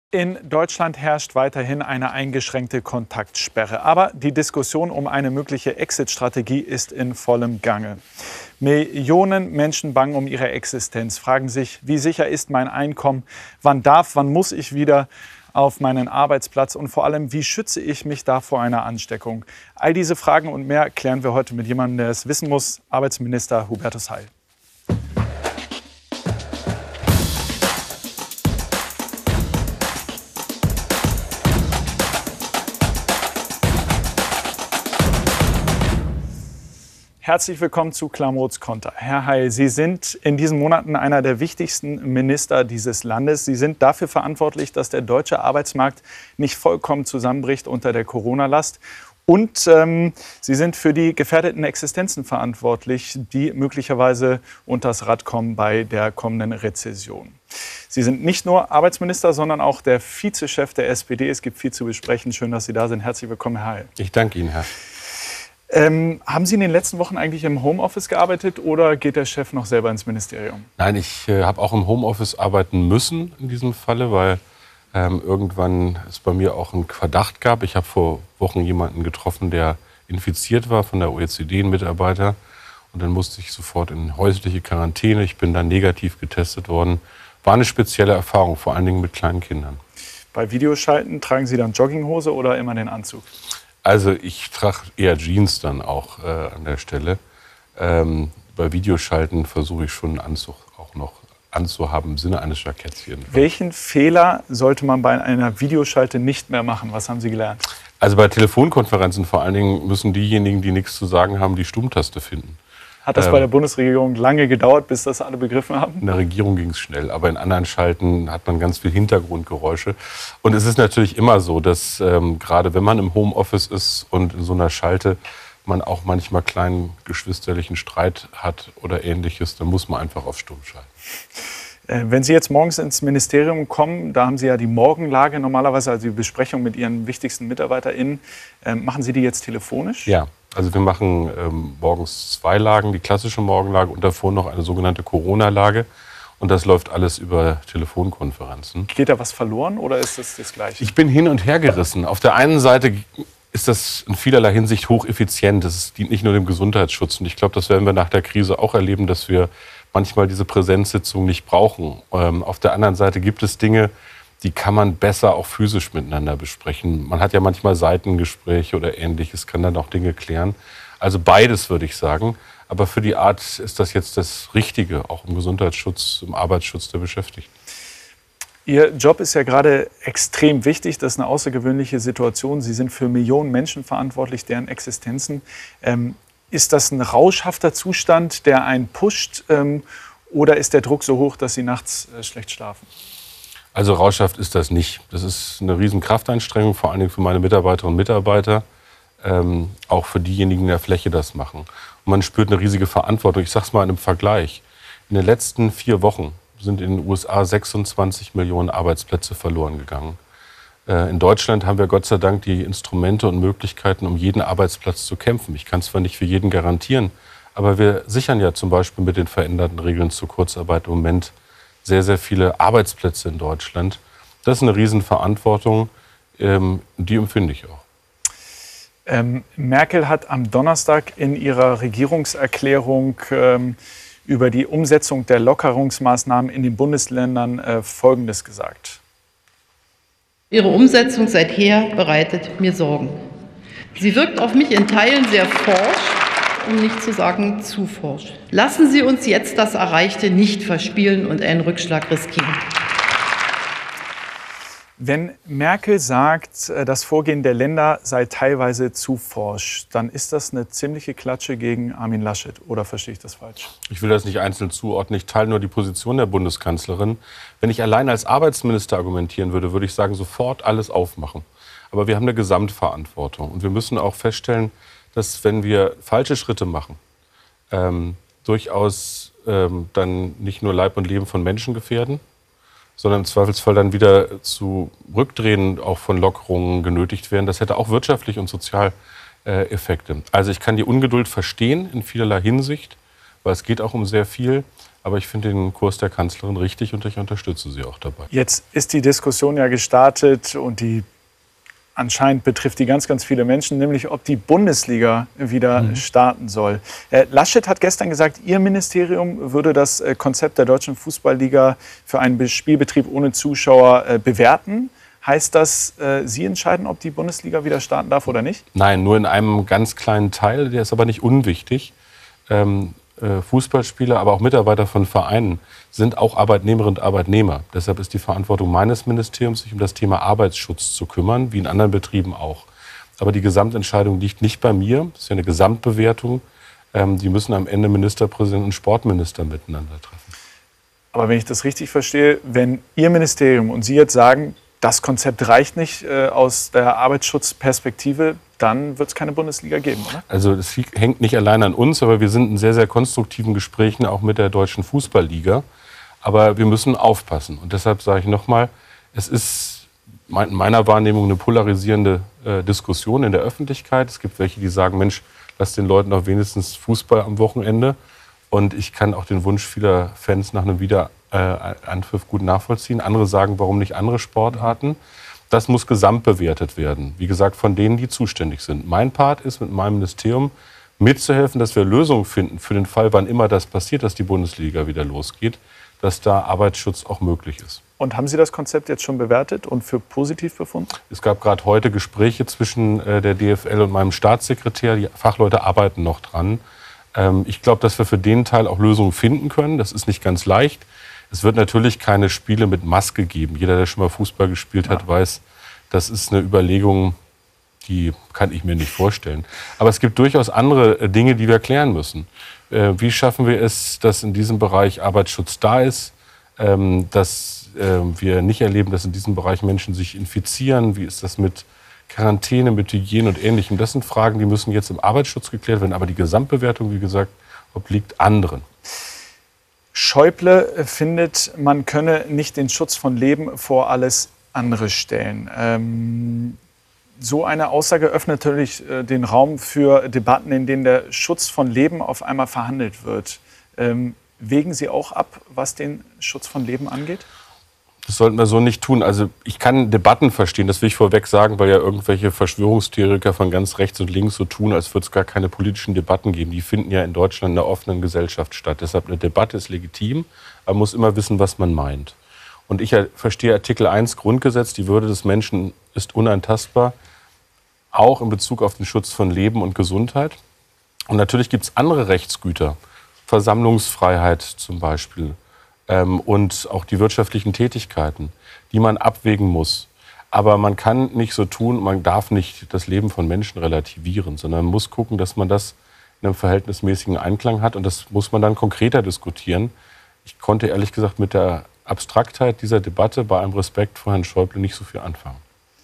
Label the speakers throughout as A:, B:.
A: In Deutschland herrscht weiterhin eine eingeschränkte Kontaktsperre. Aber die Diskussion um eine mögliche Exit-Strategie ist in vollem Gange. Millionen Menschen bangen um ihre Existenz, fragen sich, wie sicher ist mein Einkommen, wann muss ich wieder auf meinen Arbeitsplatz und vor allem, wie schütze ich mich da vor einer Ansteckung? All diese Fragen und mehr klären wir heute mit jemandem, der es wissen muss, Arbeitsminister Hubertus Heil. Herzlich willkommen zu Klamroths Konter. Herr Heil, Sie sind in diesen Monaten einer der wichtigsten Minister dieses Landes. Sie sind dafür verantwortlich, dass der deutsche Arbeitsmarkt nicht vollkommen zusammenbricht unter der Corona-Last. Und Sie sind für die gefährdeten Existenzen verantwortlich, die möglicherweise unters Rad kommen bei der kommenden Rezession. Sie sind nicht nur Arbeitsminister, sondern auch der Vizechef der SPD. Es gibt viel zu besprechen. Schön, dass Sie da sind. Herzlich willkommen, Herr Heil.
B: Ich danke Ihnen, Herr.
A: Haben Sie in den letzten Wochen eigentlich im Homeoffice gearbeitet oder geht der Chef noch selber ins Ministerium?
B: Nein, ich habe auch im Homeoffice arbeiten müssen in diesem Falle, weil irgendwann es bei mir auch einen Verdacht gab. Ich habe vor Wochen jemanden getroffen, der infiziert war von der OECD, ein Mitarbeiter. Und dann musste ich sofort in häusliche Quarantäne. Ich bin dann negativ getestet worden. War eine spezielle Erfahrung, vor allen Dingen mit kleinen Kindern.
A: Bei Videoschalten tragen Sie dann Jogginghose oder immer den Anzug?
B: Also ich trage eher Jeans dann auch an der Stelle. Bei Videoschalten versuche ich schon einen Anzug auch noch anzuhaben, im Sinne eines Jacketts jedenfalls.
A: Welchen Fehler sollte man bei einer Videoschalte nicht mehr machen? Was haben Sie gelernt?
B: Also bei Telefonkonferenzen vor allen Dingen müssen diejenigen, die nichts zu sagen haben, die Stummtaste finden.
A: Hat das bei der Bundesregierung lange gedauert, bis das alle begriffen haben?
B: In der Regierung ging es schnell, aber in anderen Schalten hat man ganz viel Hintergrundgeräusche. Und es ist natürlich immer so, dass gerade wenn man im Homeoffice ist und in so einer Schalte man auch manchmal kleinen geschwisterlichen Streit hat oder Ähnliches, dann muss man einfach auf Stumm schalten.
A: Wenn Sie jetzt morgens ins Ministerium kommen, da haben Sie ja die Morgenlage normalerweise, also die Besprechung mit Ihren wichtigsten MitarbeiterInnen. Machen Sie die jetzt telefonisch?
B: Ja, also wir machen morgens 2 Lagen, die klassische Morgenlage und davor noch eine sogenannte Corona-Lage. Und das läuft alles über Telefonkonferenzen.
A: Geht da was verloren oder ist das Gleiche?
B: Ich bin hin und her gerissen. Auf der einen Seite ist das in vielerlei Hinsicht hocheffizient. Das dient nicht nur dem Gesundheitsschutz. Und ich glaube, das werden wir nach der Krise auch erleben, dass wir manchmal diese Präsenzsitzung nicht brauchen. Auf der anderen Seite gibt es Dinge, die kann man besser auch physisch miteinander besprechen. Man hat ja manchmal Seitengespräche oder Ähnliches, kann dann auch Dinge klären. Also beides, würde ich sagen. Aber für die Art ist das jetzt das Richtige, auch im Gesundheitsschutz, im Arbeitsschutz der Beschäftigten.
A: Ihr Job ist ja gerade extrem wichtig. Das ist eine außergewöhnliche Situation. Sie sind für Millionen Menschen verantwortlich, deren Existenzen. Ist das ein rauschhafter Zustand, der einen pusht? Oder ist der Druck so hoch, dass Sie nachts schlecht schlafen?
B: Also rauschhaft ist das nicht. Das ist eine riesen Kraftanstrengung, vor allen Dingen für meine Mitarbeiterinnen und Mitarbeiter. Auch für diejenigen in der Fläche das machen. Und man spürt eine riesige Verantwortung. Ich sage es mal in einem Vergleich. In den letzten 4 Wochen sind in den USA 26 Millionen Arbeitsplätze verloren gegangen. In Deutschland haben wir Gott sei Dank die Instrumente und Möglichkeiten, um jeden Arbeitsplatz zu kämpfen. Ich kann es zwar nicht für jeden garantieren, aber wir sichern ja zum Beispiel mit den veränderten Regeln zur Kurzarbeit im Moment sehr, sehr viele Arbeitsplätze in Deutschland. Das ist eine Riesenverantwortung, die empfinde ich auch.
A: Merkel hat am Donnerstag in ihrer Regierungserklärung über die Umsetzung der Lockerungsmaßnahmen in den Bundesländern Folgendes gesagt.
C: Ihre Umsetzung seither bereitet mir Sorgen. Sie wirkt auf mich in Teilen sehr forsch, um nicht zu sagen zu forsch. Lassen Sie uns jetzt das Erreichte nicht verspielen und einen Rückschlag riskieren.
A: Wenn Merkel sagt, das Vorgehen der Länder sei teilweise zu forsch, dann ist das eine ziemliche Klatsche gegen Armin Laschet. Oder verstehe ich das falsch?
B: Ich will das nicht einzeln zuordnen. Ich teile nur die Position der Bundeskanzlerin. Wenn ich allein als Arbeitsminister argumentieren würde, würde ich sagen, sofort alles aufmachen. Aber wir haben eine Gesamtverantwortung. Und wir müssen auch feststellen, dass wenn wir falsche Schritte machen, durchaus dann nicht nur Leib und Leben von Menschen gefährden, sondern im Zweifelsfall dann wieder zu Rückdrehen auch von Lockerungen genötigt werden. Das hätte auch wirtschaftlich und sozial Effekte. Also ich kann die Ungeduld verstehen in vielerlei Hinsicht, weil es geht auch um sehr viel. Aber ich finde den Kurs der Kanzlerin richtig und ich unterstütze sie auch dabei.
A: Jetzt ist die Diskussion ja gestartet und die anscheinend betrifft die ganz, ganz viele Menschen, nämlich ob die Bundesliga wieder starten soll. Laschet hat gestern gesagt, Ihr Ministerium würde das Konzept der Deutschen Fußballliga für einen Spielbetrieb ohne Zuschauer bewerten. Heißt das, Sie entscheiden, ob die Bundesliga wieder starten darf oder nicht?
B: Nein, nur in einem ganz kleinen Teil, der ist aber nicht unwichtig. Fußballspieler, aber auch Mitarbeiter von Vereinen sind auch Arbeitnehmerinnen und Arbeitnehmer. Deshalb ist die Verantwortung meines Ministeriums, sich um das Thema Arbeitsschutz zu kümmern, wie in anderen Betrieben auch. Aber die Gesamtentscheidung liegt nicht bei mir. Das ist ja eine Gesamtbewertung. Die müssen am Ende Ministerpräsident und Sportminister miteinander treffen.
A: Aber wenn ich das richtig verstehe, wenn Ihr Ministerium und Sie jetzt sagen, das Konzept reicht nicht aus der Arbeitsschutzperspektive, dann wird es keine Bundesliga geben, oder?
B: Also das hängt nicht allein an uns, aber wir sind in sehr, sehr konstruktiven Gesprächen auch mit der Deutschen Fußballliga. Aber wir müssen aufpassen. Und deshalb sage ich nochmal, es ist in meiner Wahrnehmung eine polarisierende Diskussion in der Öffentlichkeit. Es gibt welche, die sagen, Mensch, lass den Leuten doch wenigstens Fußball am Wochenende. Und ich kann auch den Wunsch vieler Fans nach einem Wiederanpfiff gut nachvollziehen. Andere sagen, warum nicht andere Sportarten? Das muss gesamtbewertet werden. Wie gesagt, von denen, die zuständig sind. Mein Part ist, mit meinem Ministerium mitzuhelfen, dass wir Lösungen finden für den Fall, wann immer das passiert, dass die Bundesliga wieder losgeht, dass da Arbeitsschutz auch möglich ist.
A: Und haben Sie das Konzept jetzt schon bewertet und für positiv befunden?
B: Es gab gerade heute Gespräche zwischen der DFL und meinem Staatssekretär. Die Fachleute arbeiten noch dran. Ich glaube, dass wir für den Teil auch Lösungen finden können. Das ist nicht ganz leicht. Es wird natürlich keine Spiele mit Maske geben. Jeder, der schon mal Fußball gespielt hat, weiß, das ist eine Überlegung, die kann ich mir nicht vorstellen. Aber es gibt durchaus andere Dinge, die wir klären müssen. Wie schaffen wir es, dass in diesem Bereich Arbeitsschutz da ist, dass wir nicht erleben, dass in diesem Bereich Menschen sich infizieren? Wie ist das mit Quarantäne, mit Hygiene und Ähnlichem? Das sind Fragen, die müssen jetzt im Arbeitsschutz geklärt werden. Aber die Gesamtbewertung, wie gesagt, obliegt anderen.
A: Schäuble findet, man könne nicht den Schutz von Leben vor alles andere stellen. So eine Aussage öffnet natürlich den Raum für Debatten, in denen der Schutz von Leben auf einmal verhandelt wird. Wägen Sie auch ab, was den Schutz von Leben angeht?
B: Das sollten wir so nicht tun. Also ich kann Debatten verstehen, das will ich vorweg sagen, weil ja irgendwelche Verschwörungstheoretiker von ganz rechts und links so tun, als würde es gar keine politischen Debatten geben. Die finden ja in Deutschland in einer offenen Gesellschaft statt. Deshalb eine Debatte ist legitim, aber man muss immer wissen, was man meint. Und ich verstehe Artikel 1 Grundgesetz, die Würde des Menschen ist unantastbar, auch in Bezug auf den Schutz von Leben und Gesundheit. Und natürlich gibt es andere Rechtsgüter, Versammlungsfreiheit zum Beispiel, und auch die wirtschaftlichen Tätigkeiten, die man abwägen muss. Aber man kann nicht so tun, man darf nicht das Leben von Menschen relativieren, sondern man muss gucken, dass man das in einem verhältnismäßigen Einklang hat. Und das muss man dann konkreter diskutieren. Ich konnte ehrlich gesagt mit der Abstraktheit dieser Debatte bei allem Respekt vor Herrn Schäuble nicht so viel anfangen.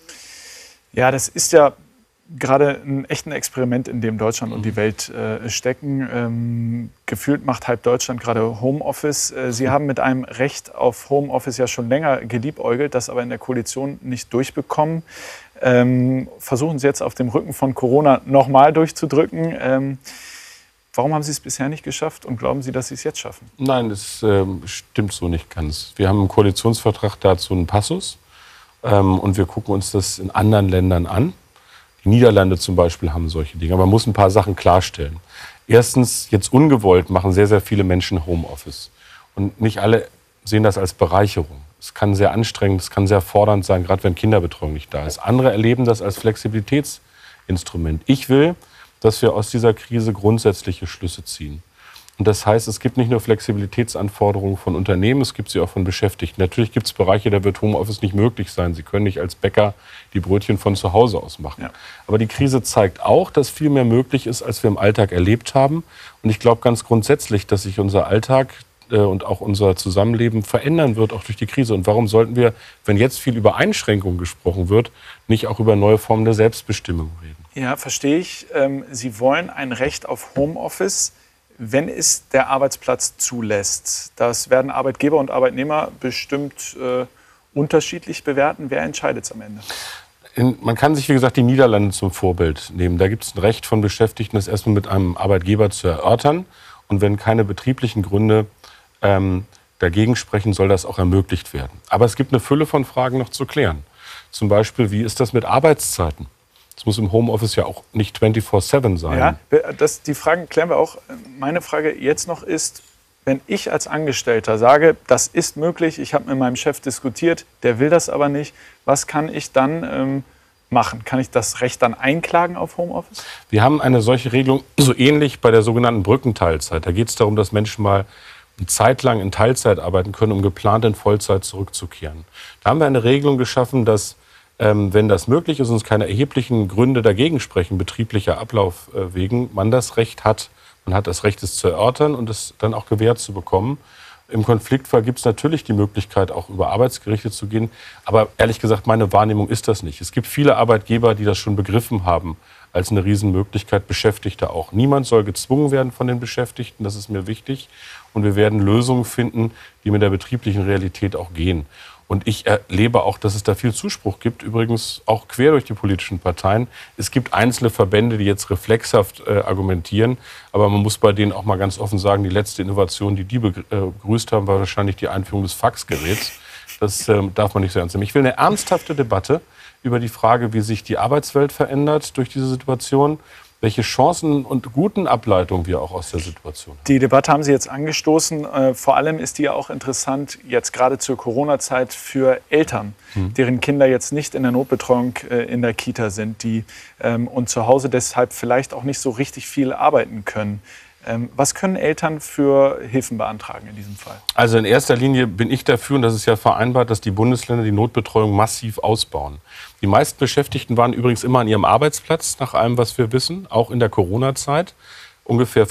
A: Ja, das ist ja gerade ein echtes Experiment, in dem Deutschland und die Welt stecken. Gefühlt macht halb Deutschland gerade Homeoffice. Sie haben mit einem Recht auf Homeoffice ja schon länger geliebäugelt, das aber in der Koalition nicht durchbekommen. Versuchen Sie jetzt auf dem Rücken von Corona nochmal durchzudrücken. Warum haben Sie es bisher nicht geschafft und glauben Sie, dass Sie es jetzt schaffen?
B: Nein, das stimmt so nicht ganz. Wir haben im Koalitionsvertrag dazu einen Passus und wir gucken uns das in anderen Ländern an. Die Niederlande zum Beispiel haben solche Dinge. Aber man muss ein paar Sachen klarstellen. Erstens, jetzt ungewollt machen sehr, sehr viele Menschen Homeoffice. Und nicht alle sehen das als Bereicherung. Es kann sehr anstrengend, es kann sehr fordernd sein, gerade wenn Kinderbetreuung nicht da ist. Andere erleben das als Flexibilitätsinstrument. Ich will, dass wir aus dieser Krise grundsätzliche Schlüsse ziehen. Und das heißt, es gibt nicht nur Flexibilitätsanforderungen von Unternehmen, es gibt sie auch von Beschäftigten. Natürlich gibt es Bereiche, da wird Homeoffice nicht möglich sein. Sie können nicht als Bäcker die Brötchen von zu Hause aus machen. Ja. Aber die Krise zeigt auch, dass viel mehr möglich ist, als wir im Alltag erlebt haben. Und ich glaube ganz grundsätzlich, dass sich unser Alltag und auch unser Zusammenleben verändern wird, auch durch die Krise. Und warum sollten wir, wenn jetzt viel über Einschränkungen gesprochen wird, nicht auch über neue Formen der Selbstbestimmung reden?
A: Ja, verstehe ich. Sie wollen ein Recht auf Homeoffice, wenn es der Arbeitsplatz zulässt. Das werden Arbeitgeber und Arbeitnehmer bestimmt unterschiedlich bewerten. Wer entscheidet es am Ende?
B: Man kann sich, wie gesagt, die Niederlande zum Vorbild nehmen. Da gibt es ein Recht von Beschäftigten, das erstmal mit einem Arbeitgeber zu erörtern. Und wenn keine betrieblichen Gründe Dagegen sprechen soll das auch ermöglicht werden. Aber es gibt eine Fülle von Fragen noch zu klären. Zum Beispiel, wie ist das mit Arbeitszeiten? Das muss im Homeoffice ja auch nicht 24/7 sein.
A: Ja, die Fragen klären wir auch. Meine Frage jetzt noch ist, wenn ich als Angestellter sage, das ist möglich, ich habe mit meinem Chef diskutiert, der will das aber nicht, was kann ich dann machen? Kann ich das Recht dann einklagen auf Homeoffice?
B: Wir haben eine solche Regelung so ähnlich bei der sogenannten Brückenteilzeit. Da geht es darum, dass Menschen mal eine Zeit lang in Teilzeit arbeiten können, um geplant in Vollzeit zurückzukehren. Da haben wir eine Regelung geschaffen, dass wenn das möglich ist und es keine erheblichen Gründe dagegen sprechen, betrieblicher Ablauf wegen, man das Recht hat. Man hat das Recht, es zu erörtern und es dann auch gewährt zu bekommen. Im Konfliktfall gibt es natürlich die Möglichkeit, auch über Arbeitsgerichte zu gehen. Aber ehrlich gesagt, meine Wahrnehmung ist das nicht. Es gibt viele Arbeitgeber, die das schon begriffen haben als eine Riesenmöglichkeit, Beschäftigte auch. Niemand soll gezwungen werden von den Beschäftigten, das ist mir wichtig. Und wir werden Lösungen finden, die mit der betrieblichen Realität auch gehen. Und ich erlebe auch, dass es da viel Zuspruch gibt, übrigens auch quer durch die politischen Parteien. Es gibt einzelne Verbände, die jetzt reflexhaft argumentieren, aber man muss bei denen auch mal ganz offen sagen, die letzte Innovation, die begrüßt haben, war wahrscheinlich die Einführung des Faxgeräts. Das darf man nicht so ernst nehmen. Ich will eine ernsthafte Debatte über die Frage, wie sich die Arbeitswelt verändert durch diese Situation, welche Chancen und guten Ableitungen wir auch aus der Situation haben.
A: Die Debatte haben Sie jetzt angestoßen. Vor allem ist die ja auch interessant, jetzt gerade zur Corona-Zeit für Eltern, deren Kinder jetzt nicht in der Notbetreuung in der Kita sind, die und zu Hause deshalb vielleicht auch nicht so richtig viel arbeiten können. Was können Eltern für Hilfen beantragen in diesem Fall?
B: Also in erster Linie bin ich dafür, und das ist ja vereinbart, dass die Bundesländer die Notbetreuung massiv ausbauen. Die meisten Beschäftigten waren übrigens immer an ihrem Arbeitsplatz, nach allem, was wir wissen, auch in der Corona-Zeit. Ungefähr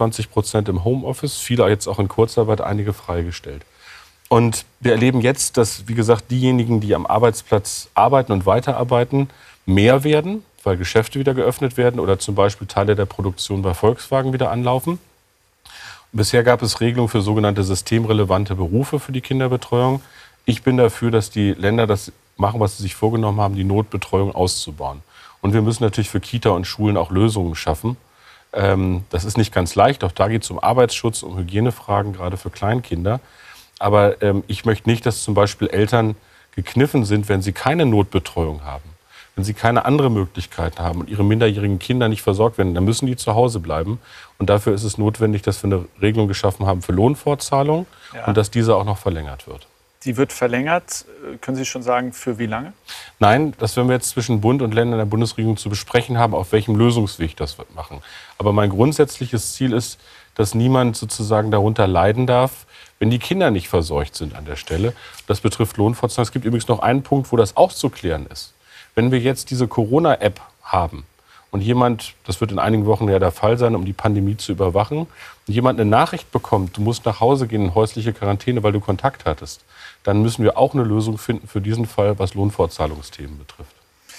B: 25% im Homeoffice, viele jetzt auch in Kurzarbeit, einige freigestellt. Und wir erleben jetzt, dass, wie gesagt, diejenigen, die am Arbeitsplatz arbeiten und weiterarbeiten, mehr werden, weil Geschäfte wieder geöffnet werden oder zum Beispiel Teile der Produktion bei Volkswagen wieder anlaufen. Bisher gab es Regelungen für sogenannte systemrelevante Berufe für die Kinderbetreuung. Ich bin dafür, dass die Länder das machen, was sie sich vorgenommen haben, die Notbetreuung auszubauen. Und wir müssen natürlich für Kita und Schulen auch Lösungen schaffen. Das ist nicht ganz leicht. Auch da geht es um Arbeitsschutz, um Hygienefragen, gerade für Kleinkinder. Aber ich möchte nicht, dass zum Beispiel Eltern gekniffen sind, wenn sie keine Notbetreuung haben. Wenn sie keine andere Möglichkeiten haben und ihre minderjährigen Kinder nicht versorgt werden, dann müssen die zu Hause bleiben. Und dafür ist es notwendig, dass wir eine Regelung geschaffen haben für Lohnfortzahlung und dass diese auch noch verlängert wird.
A: Die wird verlängert. Können Sie schon sagen, für wie lange?
B: Nein, das werden wir jetzt zwischen Bund und Ländern der Bundesregierung zu besprechen haben, auf welchem Lösungsweg das wir machen. Aber mein grundsätzliches Ziel ist, dass niemand sozusagen darunter leiden darf, wenn die Kinder nicht versorgt sind an der Stelle. Das betrifft Lohnfortzahlung. Es gibt übrigens noch einen Punkt, wo das auch zu klären ist. Wenn wir jetzt diese Corona-App haben und jemand, das wird in einigen Wochen ja der Fall sein, um die Pandemie zu überwachen, und jemand eine Nachricht bekommt, du musst nach Hause gehen in häusliche Quarantäne, weil du Kontakt hattest, dann müssen wir auch eine Lösung finden für diesen Fall, was Lohnfortzahlungsthemen betrifft.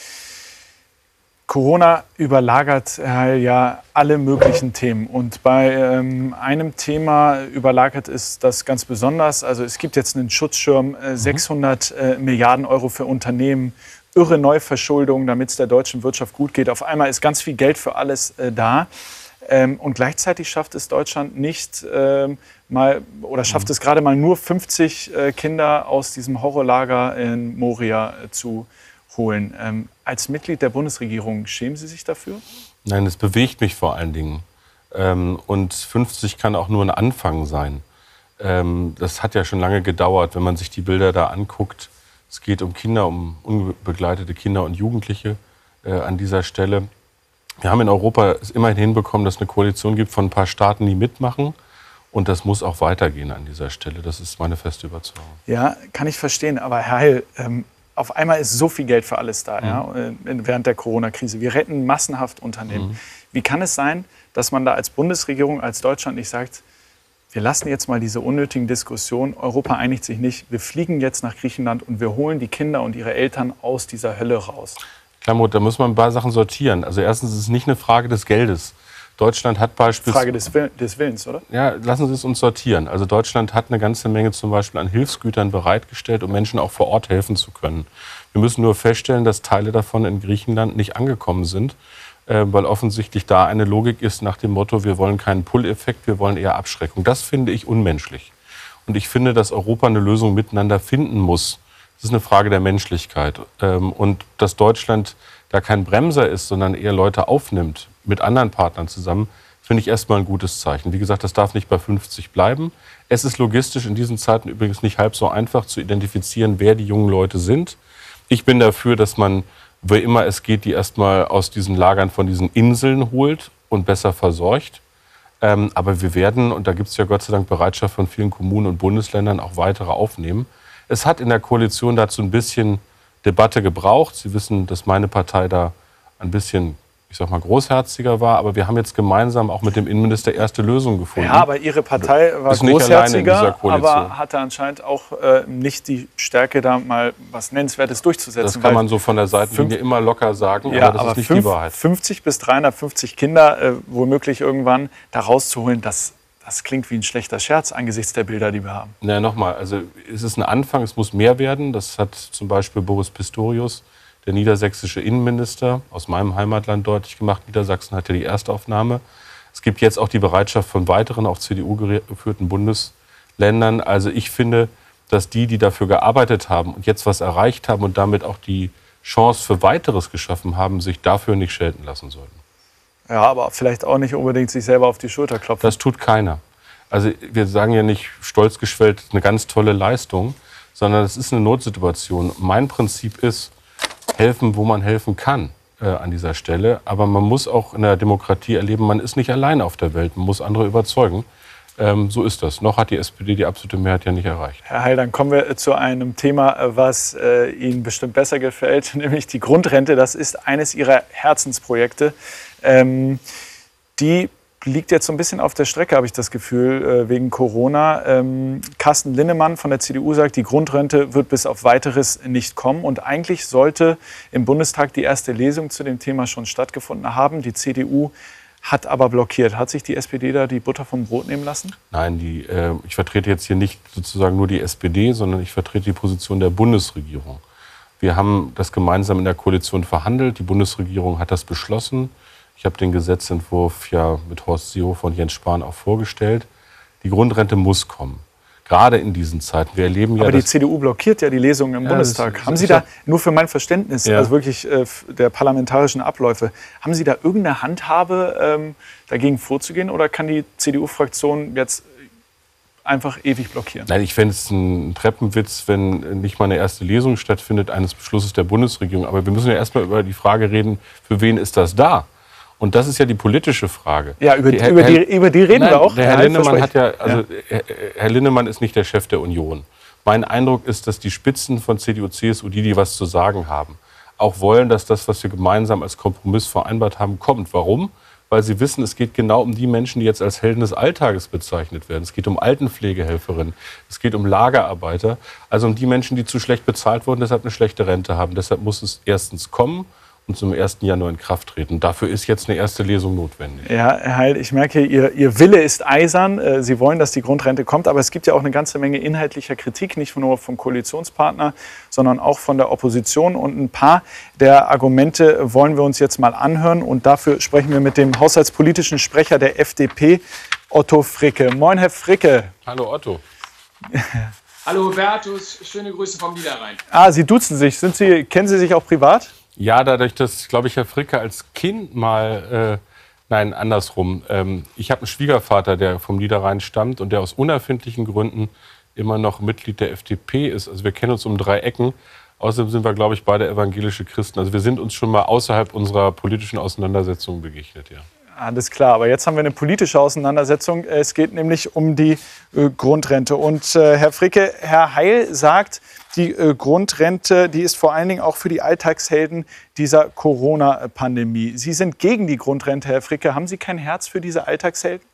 A: Corona überlagert ja alle möglichen Themen. Und bei einem Thema überlagert ist das ganz besonders. Also es gibt jetzt einen Schutzschirm, 600 Milliarden Euro für Unternehmen, irre Neuverschuldung, damit es der deutschen Wirtschaft gut geht. Auf einmal ist ganz viel Geld für alles da. Und gleichzeitig schafft es Deutschland nicht schafft es gerade mal nur 50 Kinder aus diesem Horrorlager in Moria zu holen. Als Mitglied der Bundesregierung, schämen Sie sich dafür?
B: Nein, es bewegt mich vor allen Dingen. Und 50 kann auch nur ein Anfang sein. Das hat ja schon lange gedauert, wenn man sich die Bilder da anguckt. Es geht um Kinder, um unbegleitete Kinder und Jugendliche an dieser Stelle. Wir haben in Europa es immerhin hinbekommen, dass es eine Koalition gibt von ein paar Staaten, die mitmachen. Und das muss auch weitergehen an dieser Stelle. Das ist meine feste Überzeugung. Ja,
A: kann ich verstehen. Aber Herr Heil, auf einmal ist so viel Geld für alles da während der Corona-Krise. Wir retten massenhaft Unternehmen. Wie kann es sein, dass man da als Bundesregierung, als Deutschland nicht sagt, wir lassen jetzt mal diese unnötigen Diskussionen, Europa einigt sich nicht, wir fliegen jetzt nach Griechenland und wir holen die Kinder und ihre Eltern aus dieser Hölle raus?
B: Klamroth, da muss man ein paar Sachen sortieren. Also erstens ist es nicht eine Frage des Geldes. Deutschland hat beispielsweise...
A: Frage des Willens, oder?
B: Ja, lassen Sie es uns sortieren. Also Deutschland hat eine ganze Menge zum Beispiel an Hilfsgütern bereitgestellt, um Menschen auch vor Ort helfen zu können. Wir müssen nur feststellen, dass Teile davon in Griechenland nicht angekommen sind, weil offensichtlich da eine Logik ist nach dem Motto, wir wollen keinen Pull-Effekt, wir wollen eher Abschreckung. Das finde ich unmenschlich. Und ich finde, dass Europa eine Lösung miteinander finden muss. Das ist eine Frage der Menschlichkeit. Und dass Deutschland da kein Bremser ist, sondern eher Leute aufnimmt, mit anderen Partnern zusammen, finde ich erstmal ein gutes Zeichen. Wie gesagt, das darf nicht bei 50 bleiben. Es ist logistisch in diesen Zeiten übrigens nicht halb so einfach zu identifizieren, wer die jungen Leute sind. Ich bin dafür, dass man, wer immer es geht, die erstmal aus diesen Lagern von diesen Inseln holt und besser versorgt. Aber wir werden, und da gibt es ja Gott sei Dank Bereitschaft von vielen Kommunen und Bundesländern, auch weitere aufnehmen. Es hat in der Koalition dazu ein bisschen Debatte gebraucht. Sie wissen, dass meine Partei da ein bisschen, ich sag mal, großherziger war. Aber wir haben jetzt gemeinsam auch mit dem Innenminister erste Lösungen gefunden.
A: Ja, aber Ihre Partei war großherziger, aber hatte anscheinend auch nicht die Stärke, da mal was Nennenswertes durchzusetzen.
B: Das kann man so von der Seitenlinie immer locker sagen,
A: ja,
B: aber das ist nicht die Wahrheit.
A: 50 bis 350 Kinder womöglich irgendwann da rauszuholen, das klingt wie ein schlechter Scherz angesichts der Bilder, die wir haben.
B: Na, nochmal, also es ist ein Anfang, es muss mehr werden. Das hat zum Beispiel Boris Pistorius, der niedersächsische Innenminister aus meinem Heimatland, deutlich gemacht. Niedersachsen hatte die Erstaufnahme. Es gibt jetzt auch die Bereitschaft von weiteren, auch CDU-geführten Bundesländern. Also ich finde, dass die dafür gearbeitet haben und jetzt was erreicht haben und damit auch die Chance für Weiteres geschaffen haben, sich dafür nicht schelten lassen sollten.
A: Ja, aber vielleicht auch nicht unbedingt sich selber auf die Schulter klopfen.
B: Das tut keiner. Also wir sagen ja nicht stolz geschwellt, eine ganz tolle Leistung, sondern es ist eine Notsituation. Mein Prinzip ist, helfen, wo man helfen kann an dieser Stelle. Aber man muss auch in der Demokratie erleben, man ist nicht allein auf der Welt, man muss andere überzeugen. So ist das. Noch hat die SPD die absolute Mehrheit ja nicht erreicht.
A: Herr Heil, dann kommen wir zu einem Thema, was Ihnen bestimmt besser gefällt, nämlich die Grundrente. Das ist eines Ihrer Herzensprojekte. Die liegt jetzt so ein bisschen auf der Strecke, habe ich das Gefühl, wegen Corona. Carsten Linnemann von der CDU sagt, die Grundrente wird bis auf Weiteres nicht kommen. Und eigentlich sollte im Bundestag die erste Lesung zu dem Thema schon stattgefunden haben. Die CDU hat aber blockiert. Hat sich die SPD da die Butter vom Brot nehmen lassen?
B: Nein, ich vertrete jetzt hier nicht sozusagen nur die SPD, sondern ich vertrete die Position der Bundesregierung. Wir haben das gemeinsam in der Koalition verhandelt. Die Bundesregierung hat das beschlossen. Ich habe den Gesetzentwurf ja mit Horst Seehofer und Jens Spahn auch vorgestellt. Die Grundrente muss kommen. Gerade in diesen Zeiten. Wir erleben ja,
A: aber die CDU blockiert ja die Lesungen im Bundestag. Haben Sie da, nur für mein Verständnis, also wirklich der parlamentarischen Abläufe, haben Sie da irgendeine Handhabe, dagegen vorzugehen? Oder kann die CDU-Fraktion jetzt einfach ewig blockieren?
B: Nein, ich fände es ein Treppenwitz, wenn nicht mal eine erste Lesung stattfindet eines Beschlusses der Bundesregierung. Aber wir müssen ja erstmal über die Frage reden, für wen ist das da? Und das ist ja die politische Frage.
A: Ja, über die reden wir auch.
B: Der Herr Linnemann hat ja, also Herr Linnemann ist nicht der Chef der Union. Mein Eindruck ist, dass die Spitzen von CDU, CSU, die was zu sagen haben, auch wollen, dass das, was wir gemeinsam als Kompromiss vereinbart haben, kommt. Warum? Weil sie wissen, es geht genau um die Menschen, die jetzt als Helden des Alltages bezeichnet werden. Es geht um Altenpflegehelferinnen, es geht um Lagerarbeiter, also um die Menschen, die zu schlecht bezahlt wurden, deshalb eine schlechte Rente haben. Deshalb muss es erstens kommen und zum 1. Januar in Kraft treten. Dafür ist jetzt eine erste Lesung notwendig.
A: Ja, Herr Heil, ich merke, Ihr Wille ist eisern. Sie wollen, dass die Grundrente kommt. Aber es gibt ja auch eine ganze Menge inhaltlicher Kritik, nicht nur vom Koalitionspartner, sondern auch von der Opposition. Und ein paar der Argumente wollen wir uns jetzt mal anhören. Und dafür sprechen wir mit dem haushaltspolitischen Sprecher der FDP, Otto Fricke. Moin, Herr Fricke.
B: Hallo, Otto.
D: Hallo, Hubertus. Schöne Grüße vom Niederrhein.
A: Ah, Sie duzen sich. Kennen Sie sich auch privat?
B: Ja, dadurch, dass, glaube ich, Herr Fricke als Kind mal, nein, andersrum. Ich habe einen Schwiegervater, der vom Niederrhein stammt und der aus unerfindlichen Gründen immer noch Mitglied der FDP ist. Also wir kennen uns um 3 Ecken. Außerdem sind wir, glaube ich, beide evangelische Christen. Also wir sind uns schon mal außerhalb unserer politischen Auseinandersetzungen begegnet, ja.
A: Alles klar, aber jetzt haben wir eine politische Auseinandersetzung. Es geht nämlich um die Grundrente. Und Herr Fricke, Herr Heil sagt, die Grundrente, die ist vor allen Dingen auch für die Alltagshelden dieser Corona-Pandemie. Sie sind gegen die Grundrente, Herr Fricke. Haben Sie kein Herz für diese Alltagshelden?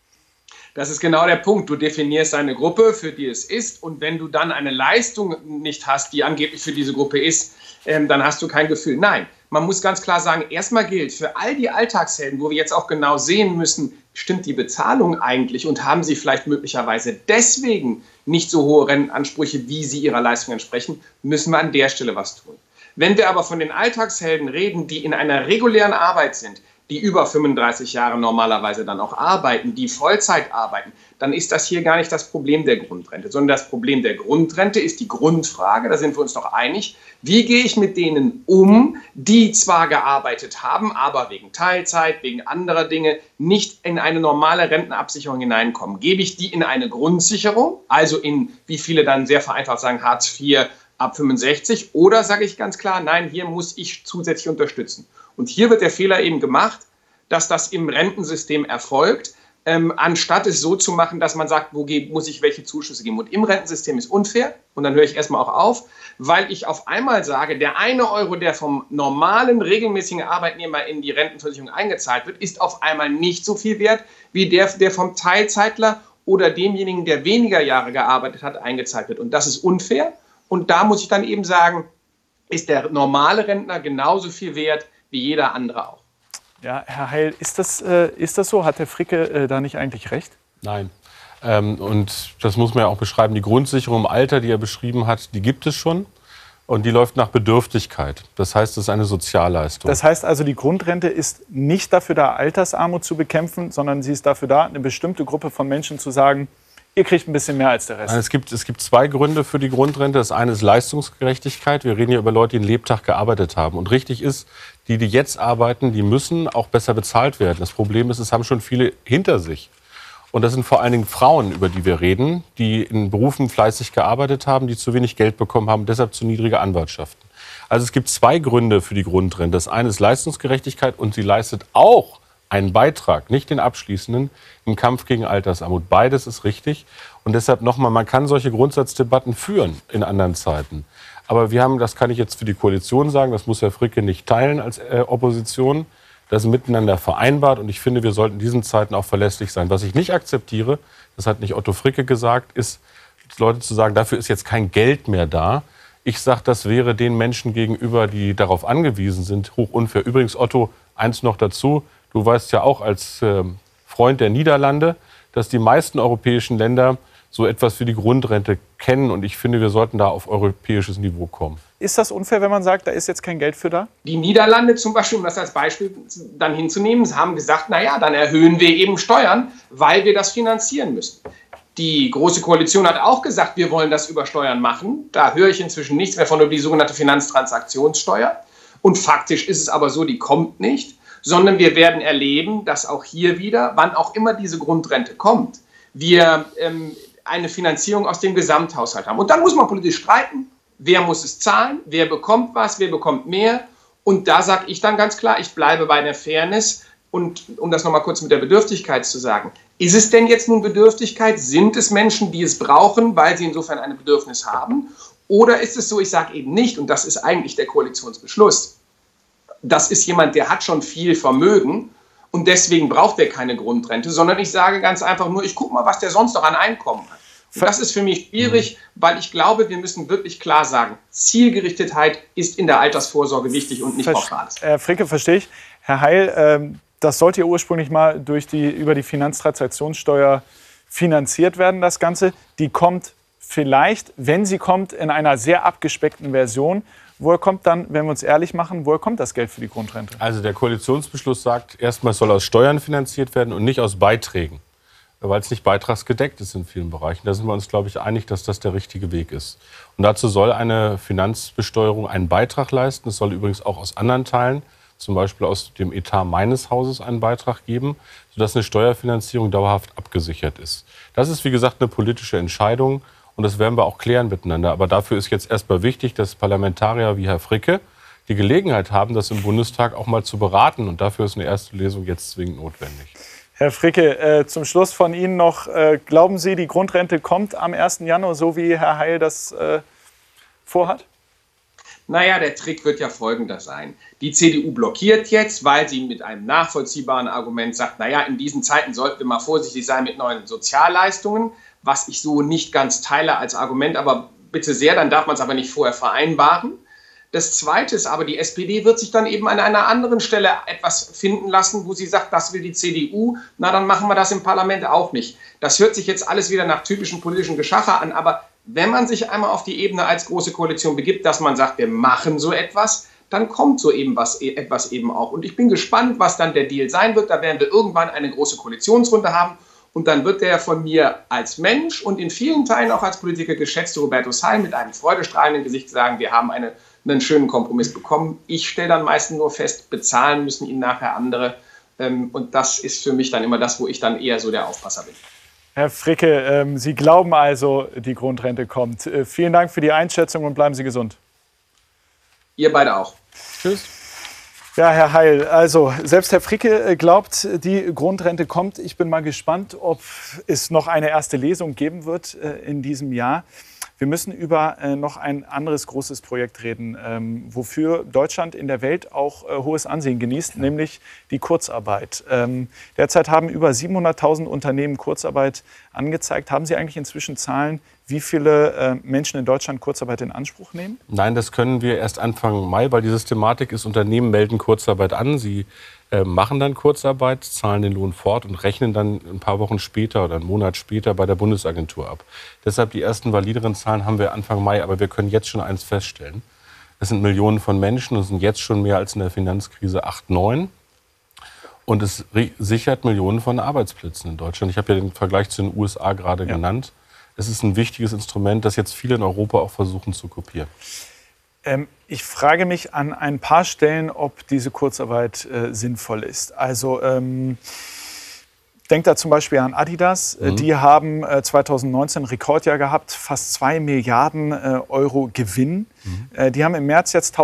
D: Das ist genau der Punkt. Du definierst eine Gruppe, für die es ist. Und wenn du dann eine Leistung nicht hast, die angeblich für diese Gruppe ist, dann hast du kein Gefühl. Nein, man muss ganz klar sagen, erstmal gilt für all die Alltagshelden, wo wir jetzt auch genau sehen müssen, stimmt die Bezahlung eigentlich und haben sie vielleicht möglicherweise deswegen nicht so hohe Rentenansprüche, wie sie ihrer Leistung entsprechen, müssen wir an der Stelle was tun. Wenn wir aber von den Alltagshelden reden, die in einer regulären Arbeit sind, die über 35 Jahre normalerweise dann auch arbeiten, die Vollzeit arbeiten, dann ist das hier gar nicht das Problem der Grundrente, sondern das Problem der Grundrente ist die Grundfrage, da sind wir uns doch einig, wie gehe ich mit denen um, die zwar gearbeitet haben, aber wegen Teilzeit, wegen anderer Dinge nicht in eine normale Rentenabsicherung hineinkommen. Gebe ich die in eine Grundsicherung, also in, wie viele dann sehr vereinfacht sagen, Hartz IV ab 65, oder sage ich ganz klar, nein, hier muss ich zusätzlich unterstützen. Und hier wird der Fehler eben gemacht, dass das im Rentensystem erfolgt, anstatt es so zu machen, dass man sagt, wo muss ich welche Zuschüsse geben. Und im Rentensystem ist unfair, und dann höre ich erstmal auch auf, weil ich auf einmal sage, der 1 Euro, der vom normalen, regelmäßigen Arbeitnehmer in die Rentenversicherung eingezahlt wird, ist auf einmal nicht so viel wert, wie der vom Teilzeitler oder demjenigen, der weniger Jahre gearbeitet hat, eingezahlt wird. Und das ist unfair. Und da muss ich dann eben sagen, ist der normale Rentner genauso viel wert wie jeder andere auch.
A: Ja, Herr Heil, ist das so? Hat Herr Fricke da nicht eigentlich recht?
B: Nein. Und das muss man ja auch beschreiben. Die Grundsicherung im Alter, die er beschrieben hat, die gibt es schon. Und die läuft nach Bedürftigkeit. Das heißt, es ist eine Sozialleistung.
A: Das heißt also, die Grundrente ist nicht dafür da, Altersarmut zu bekämpfen, sondern sie ist dafür da, eine bestimmte Gruppe von Menschen zu sagen, ihr kriegt ein bisschen mehr als der Rest.
B: Nein, es gibt 2 Gründe für die Grundrente. Das eine ist Leistungsgerechtigkeit. Wir reden ja über Leute, die einen Lebtag gearbeitet haben. Und richtig ist, die jetzt arbeiten, die müssen auch besser bezahlt werden. Das Problem ist, es haben schon viele hinter sich. Und das sind vor allen Dingen Frauen, über die wir reden, die in Berufen fleißig gearbeitet haben, die zu wenig Geld bekommen haben, deshalb zu niedrige Anwartschaften. Also es gibt 2 Gründe für die Grundrente. Das eine ist Leistungsgerechtigkeit und sie leistet auch einen Beitrag, nicht den abschließenden, im Kampf gegen Altersarmut. Beides ist richtig. Und deshalb nochmal, man kann solche Grundsatzdebatten führen in anderen Zeiten. Aber wir haben, das kann ich jetzt für die Koalition sagen, das muss Herr Fricke nicht teilen als Opposition, das ist miteinander vereinbart. Und ich finde, wir sollten in diesen Zeiten auch verlässlich sein. Was ich nicht akzeptiere, das hat nicht Otto Fricke gesagt, ist, Leute zu sagen, dafür ist jetzt kein Geld mehr da. Ich sage, das wäre den Menschen gegenüber, die darauf angewiesen sind, hoch unfair. Übrigens, Otto, eins noch dazu. Du weißt ja auch als Freund der Niederlande, dass die meisten europäischen Länder so etwas wie die Grundrente kennen. Und ich finde, wir sollten da auf europäisches Niveau kommen.
A: Ist das unfair, wenn man sagt, da ist jetzt kein Geld für da?
D: Die Niederlande zum Beispiel, um das als Beispiel dann hinzunehmen, haben gesagt, naja, dann erhöhen wir eben Steuern, weil wir das finanzieren müssen. Die Große Koalition hat auch gesagt, wir wollen das über Steuern machen. Da höre ich inzwischen nichts mehr von, über die sogenannte Finanztransaktionssteuer. Und faktisch ist es aber so, die kommt nicht, sondern wir werden erleben, dass auch hier wieder, wann auch immer diese Grundrente kommt, wir eine Finanzierung aus dem Gesamthaushalt haben. Und dann muss man politisch streiten, wer muss es zahlen, wer bekommt was, wer bekommt mehr. Und da sage ich dann ganz klar, ich bleibe bei der Fairness. Und um das nochmal kurz mit der Bedürftigkeit zu sagen, ist es denn jetzt nun Bedürftigkeit? Sind es Menschen, die es brauchen, weil sie insofern ein Bedürfnis haben? Oder ist es so, ich sage eben nicht, und das ist eigentlich der Koalitionsbeschluss, das ist jemand, der hat schon viel Vermögen und deswegen braucht er keine Grundrente, sondern ich sage ganz einfach nur, ich gucke mal, was der sonst noch an Einkommen hat. Und das ist für mich schwierig, weil ich glaube, wir müssen wirklich klar sagen, Zielgerichtetheit ist in der Altersvorsorge wichtig und nicht pauschales.
A: Herr Fricke, verstehe ich. Herr Heil, das sollte ja ursprünglich mal über die Finanztransaktionssteuer finanziert werden, das Ganze. Die kommt vielleicht, wenn sie kommt, in einer sehr abgespeckten Version. Woher kommt dann, wenn wir uns ehrlich machen, woher kommt das Geld für die Grundrente?
B: Also der Koalitionsbeschluss sagt, erstmal soll aus Steuern finanziert werden und nicht aus Beiträgen, weil es nicht beitragsgedeckt ist in vielen Bereichen. Da sind wir uns, glaube ich, einig, dass das der richtige Weg ist. Und dazu soll eine Finanzbesteuerung einen Beitrag leisten. Es soll übrigens auch aus anderen Teilen, zum Beispiel aus dem Etat meines Hauses, einen Beitrag geben, sodass eine Steuerfinanzierung dauerhaft abgesichert ist. Das ist, wie gesagt, eine politische Entscheidung. Und das werden wir auch klären miteinander. Aber dafür ist jetzt erstmal wichtig, dass Parlamentarier wie Herr Fricke die Gelegenheit haben, das im Bundestag auch mal zu beraten. Und dafür ist eine erste Lesung jetzt zwingend notwendig.
A: Herr Fricke, zum Schluss von Ihnen noch, glauben Sie, die Grundrente kommt am 1. Januar, so wie Herr Heil das vorhat?
D: Naja, der Trick wird ja folgender sein. Die CDU blockiert jetzt, weil sie mit einem nachvollziehbaren Argument sagt, naja, in diesen Zeiten sollten wir mal vorsichtig sein mit neuen Sozialleistungen, was ich so nicht ganz teile als Argument, aber bitte sehr, dann darf man es aber nicht vorher vereinbaren. Das Zweite ist aber, die SPD wird sich dann eben an einer anderen Stelle etwas finden lassen, wo sie sagt, das will die CDU, na dann machen wir das im Parlament auch nicht. Das hört sich jetzt alles wieder nach typischen politischen Geschacher an, aber wenn man sich einmal auf die Ebene als Große Koalition begibt, dass man sagt, wir machen so etwas, dann kommt so etwas eben auch. Und ich bin gespannt, was dann der Deal sein wird. Da werden wir irgendwann eine große Koalitionsrunde haben. Und dann wird der von mir als Mensch und in vielen Teilen auch als Politiker geschätzte Hubertus Heil mit einem freudestrahlenden Gesicht sagen, wir haben einen schönen Kompromiss bekommen. Ich stelle dann meistens nur fest, bezahlen müssen ihn nachher andere. Und das ist für mich dann immer das, wo ich dann eher so der Aufpasser bin.
A: Herr Fricke, Sie glauben also, die Grundrente kommt. Vielen Dank für die Einschätzung und bleiben Sie gesund.
D: Ihr beide auch.
B: Tschüss.
A: Ja, Herr Heil, also selbst Herr Fricke glaubt, die Grundrente kommt. Ich bin mal gespannt, ob es noch eine erste Lesung geben wird in diesem Jahr. Wir müssen über noch ein anderes großes Projekt reden, wofür Deutschland in der Welt auch hohes Ansehen genießt, nämlich die Kurzarbeit. Derzeit haben über 700.000 Unternehmen Kurzarbeit angezeigt. Haben Sie eigentlich inzwischen Zahlen, wie viele Menschen in Deutschland Kurzarbeit in Anspruch nehmen?
B: Nein, das können wir erst Anfang Mai, weil die Systematik ist, Unternehmen melden Kurzarbeit an. Sie machen dann Kurzarbeit, zahlen den Lohn fort und rechnen dann ein paar Wochen später oder einen Monat später bei der Bundesagentur ab. Deshalb die ersten valideren Zahlen haben wir Anfang Mai, aber wir können jetzt schon eins feststellen. Es sind Millionen von Menschen, es sind jetzt schon mehr als in der Finanzkrise 8, 9. Und es sichert Millionen von Arbeitsplätzen in Deutschland. Ich habe ja den Vergleich zu den USA gerade genannt. Es ist ein wichtiges Instrument, das jetzt viele in Europa auch versuchen zu kopieren.
A: Ich frage mich an ein paar Stellen, ob diese Kurzarbeit sinnvoll ist. Also denkt da zum Beispiel an Adidas. Die haben 2019 ein Rekordjahr gehabt, fast 2 Milliarden Euro Gewinn. Die haben im März jetzt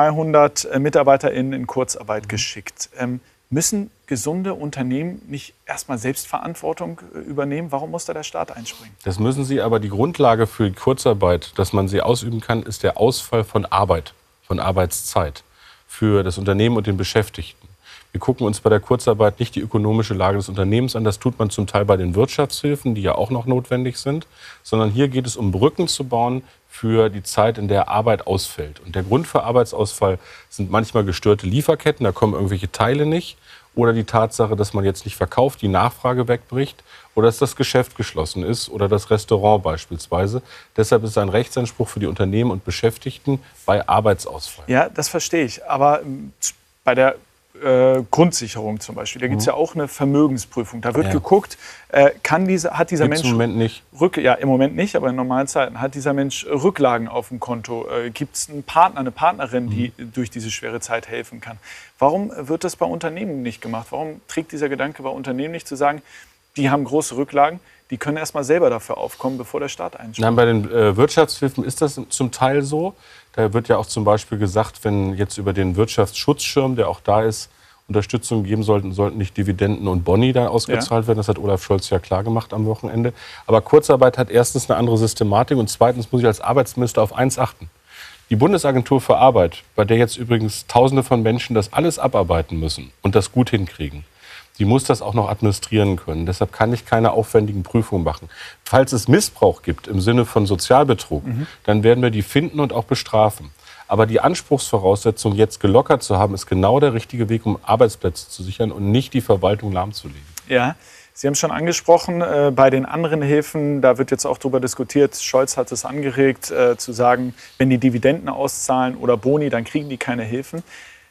A: 1200 MitarbeiterInnen in Kurzarbeit geschickt. Müssen gesunde Unternehmen nicht erstmal Selbstverantwortung übernehmen? Warum muss da der Staat einspringen?
B: Das müssen sie, aber die Grundlage für die Kurzarbeit, dass man sie ausüben kann, ist der Ausfall von Arbeit, von Arbeitszeit für das Unternehmen und den Beschäftigten. Wir gucken uns bei der Kurzarbeit nicht die ökonomische Lage des Unternehmens an, das tut man zum Teil bei den Wirtschaftshilfen, die ja auch noch notwendig sind, sondern hier geht es um Brücken zu bauen für die Zeit, in der Arbeit ausfällt. Und der Grund für Arbeitsausfall sind manchmal gestörte Lieferketten, da kommen irgendwelche Teile nicht, oder die Tatsache, dass man jetzt nicht verkauft, die Nachfrage wegbricht, oder dass das Geschäft geschlossen ist oder das Restaurant beispielsweise. Deshalb ist es ein Rechtsanspruch für die Unternehmen und Beschäftigten bei Arbeitsausfall.
A: Ja, das verstehe ich. Aber bei der Grundsicherung zum Beispiel, da gibt es ja auch eine Vermögensprüfung. Da wird geguckt, hat dieser Mensch...
B: Im Moment nicht.
A: Im Moment nicht, aber in normalen Zeiten. Hat dieser Mensch Rücklagen auf dem Konto? Gibt es einen Partner, eine Partnerin, die durch diese schwere Zeit helfen kann? Warum wird das bei Unternehmen nicht gemacht? Warum trägt dieser Gedanke bei Unternehmen nicht zu sagen, die haben große Rücklagen, die können erst mal selber dafür aufkommen, bevor der Staat einschreitet?
B: Nein, bei den Wirtschaftshilfen ist das zum Teil so. Da wird ja auch zum Beispiel gesagt, wenn jetzt über den Wirtschaftsschutzschirm, der auch da ist, Unterstützung geben sollten nicht Dividenden und Boni da ausgezahlt werden. Das hat Olaf Scholz ja klar gemacht am Wochenende. Aber Kurzarbeit hat erstens eine andere Systematik und zweitens muss ich als Arbeitsminister auf eins achten. Die Bundesagentur für Arbeit, bei der jetzt übrigens Tausende von Menschen das alles abarbeiten müssen und das gut hinkriegen, die muss das auch noch administrieren können. Deshalb kann ich keine aufwendigen Prüfungen machen. Falls es Missbrauch gibt im Sinne von Sozialbetrug, dann werden wir die finden und auch bestrafen. Aber die Anspruchsvoraussetzung, jetzt gelockert zu haben, ist genau der richtige Weg, um Arbeitsplätze zu sichern und nicht die Verwaltung lahmzulegen.
A: Ja, Sie haben es schon angesprochen, bei den anderen Hilfen, da wird jetzt auch darüber diskutiert, Scholz hat es angeregt, zu sagen, wenn die Dividenden auszahlen oder Boni, dann kriegen die keine Hilfen.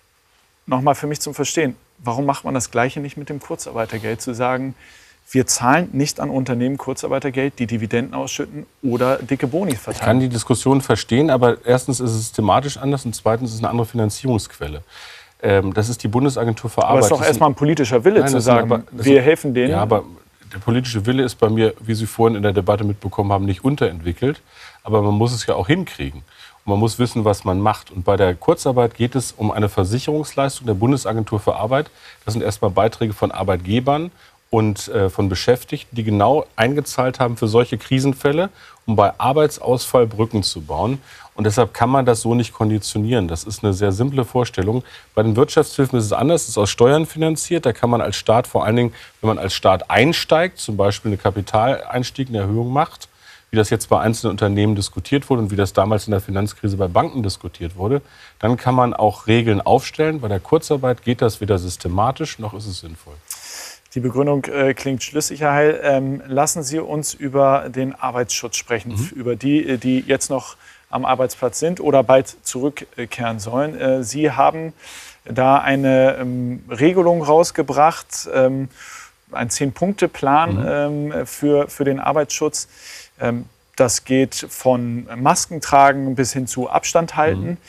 A: Nochmal für mich zum Verstehen, warum macht man das Gleiche nicht mit dem Kurzarbeitergeld, zu sagen, wir zahlen nicht an Unternehmen Kurzarbeitergeld, die Dividenden ausschütten oder dicke Boni verteilen?
B: Ich kann die Diskussion verstehen, aber erstens ist es systematisch anders und zweitens ist es eine andere Finanzierungsquelle. Das ist die Bundesagentur für Arbeit.
A: Aber es ist doch erstmal ein politischer Wille zu sagen, wir helfen denen.
B: Ja, aber der politische Wille ist bei mir, wie Sie vorhin in der Debatte mitbekommen haben, nicht unterentwickelt. Aber man muss es ja auch hinkriegen. Und man muss wissen, was man macht. Und bei der Kurzarbeit geht es um eine Versicherungsleistung der Bundesagentur für Arbeit. Das sind erstmal Beiträge von Arbeitgebern und von Beschäftigten, die genau eingezahlt haben für solche Krisenfälle, um bei Arbeitsausfall Brücken zu bauen. Und deshalb kann man das so nicht konditionieren. Das ist eine sehr simple Vorstellung. Bei den Wirtschaftshilfen ist es anders. Es ist aus Steuern finanziert. Da kann man als Staat, vor allen Dingen, wenn man als Staat einsteigt, zum Beispiel eine Kapitaleinstieg, eine Erhöhung macht, wie das jetzt bei einzelnen Unternehmen diskutiert wurde und wie das damals in der Finanzkrise bei Banken diskutiert wurde, dann kann man auch Regeln aufstellen. Bei der Kurzarbeit geht das weder systematisch, noch ist es sinnvoll.
A: Die Begründung klingt schlüssig, Herr Heil. Lassen Sie uns über den Arbeitsschutz sprechen, über die, die jetzt noch am Arbeitsplatz sind oder bald zurückkehren sollen. Sie haben da eine Regelung rausgebracht, einen 10-Punkte-Plan für den Arbeitsschutz. Das geht von Masken tragen bis hin zu Abstand halten.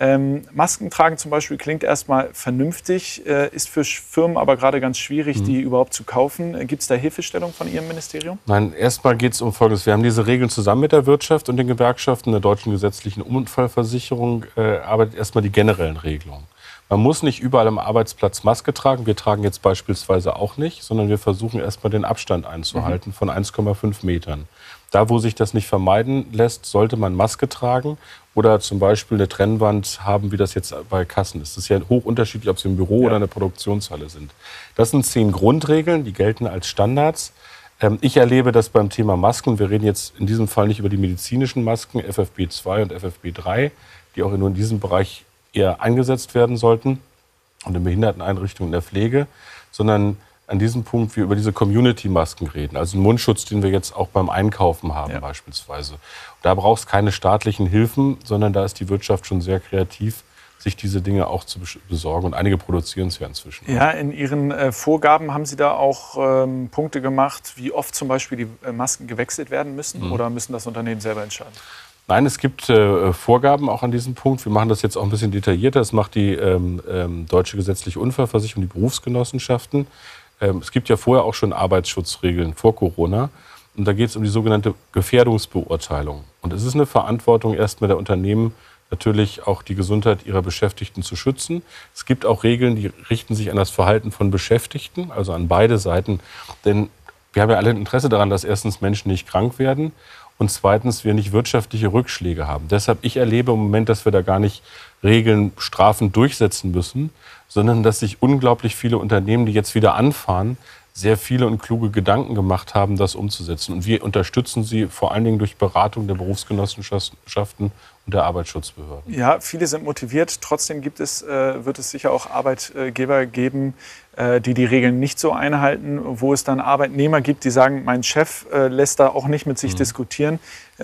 A: Masken tragen zum Beispiel klingt erstmal vernünftig, ist für Firmen aber gerade ganz schwierig, die überhaupt zu kaufen. Gibt es da Hilfestellung von Ihrem Ministerium?
B: Nein, erstmal geht es um Folgendes. Wir haben diese Regeln zusammen mit der Wirtschaft und den Gewerkschaften. Der deutschen gesetzlichen Unfallversicherung arbeitet erstmal die generellen Regelungen. Man muss nicht überall am Arbeitsplatz Maske tragen. Wir tragen jetzt beispielsweise auch nicht, sondern wir versuchen erstmal den Abstand einzuhalten von 1,5 Metern. Da, wo sich das nicht vermeiden lässt, sollte man Maske tragen oder zum Beispiel eine Trennwand haben, wie das jetzt bei Kassen ist. Das ist ja hoch unterschiedlich, ob Sie im Büro oder in der Produktionshalle sind. Das sind 10 Grundregeln, die gelten als Standards. Ich erlebe das beim Thema Masken. Wir reden jetzt in diesem Fall nicht über die medizinischen Masken, FFP2 und FFP3, die auch nur in diesem Bereich eher eingesetzt werden sollten und in Behinderteneinrichtungen in der Pflege, sondern an diesem Punkt wir über diese Community-Masken reden, also einen Mundschutz, den wir jetzt auch beim Einkaufen haben beispielsweise. Da braucht es keine staatlichen Hilfen, sondern da ist die Wirtschaft schon sehr kreativ, sich diese Dinge auch zu besorgen. Und einige produzieren es ja inzwischen.
A: Ja, in Ihren Vorgaben haben Sie da auch Punkte gemacht, wie oft zum Beispiel die Masken gewechselt werden müssen oder müssen das Unternehmen selber entscheiden?
B: Nein, es gibt Vorgaben auch an diesem Punkt. Wir machen das jetzt auch ein bisschen detaillierter. Das macht die Deutsche Gesetzliche Unfallversicherung, die Berufsgenossenschaften. Es gibt ja vorher auch schon Arbeitsschutzregeln vor Corona. Und da geht es um die sogenannte Gefährdungsbeurteilung. Und es ist eine Verantwortung erstmal der Unternehmen, natürlich auch die Gesundheit ihrer Beschäftigten zu schützen. Es gibt auch Regeln, die richten sich an das Verhalten von Beschäftigten, also an beide Seiten. Denn wir haben ja alle ein Interesse daran, dass erstens Menschen nicht krank werden und zweitens wir nicht wirtschaftliche Rückschläge haben. Deshalb, ich erlebe im Moment, dass wir da gar nicht Regeln, Strafen durchsetzen müssen, sondern dass sich unglaublich viele Unternehmen, die jetzt wieder anfahren, sehr viele und kluge Gedanken gemacht haben, das umzusetzen. Und wir unterstützen sie vor allen Dingen durch Beratung der Berufsgenossenschaften und der Arbeitsschutzbehörden.
A: Ja, viele sind motiviert. Trotzdem wird es sicher auch Arbeitgeber geben, die Regeln nicht so einhalten, wo es dann Arbeitnehmer gibt, die sagen, mein Chef lässt da auch nicht mit sich diskutieren.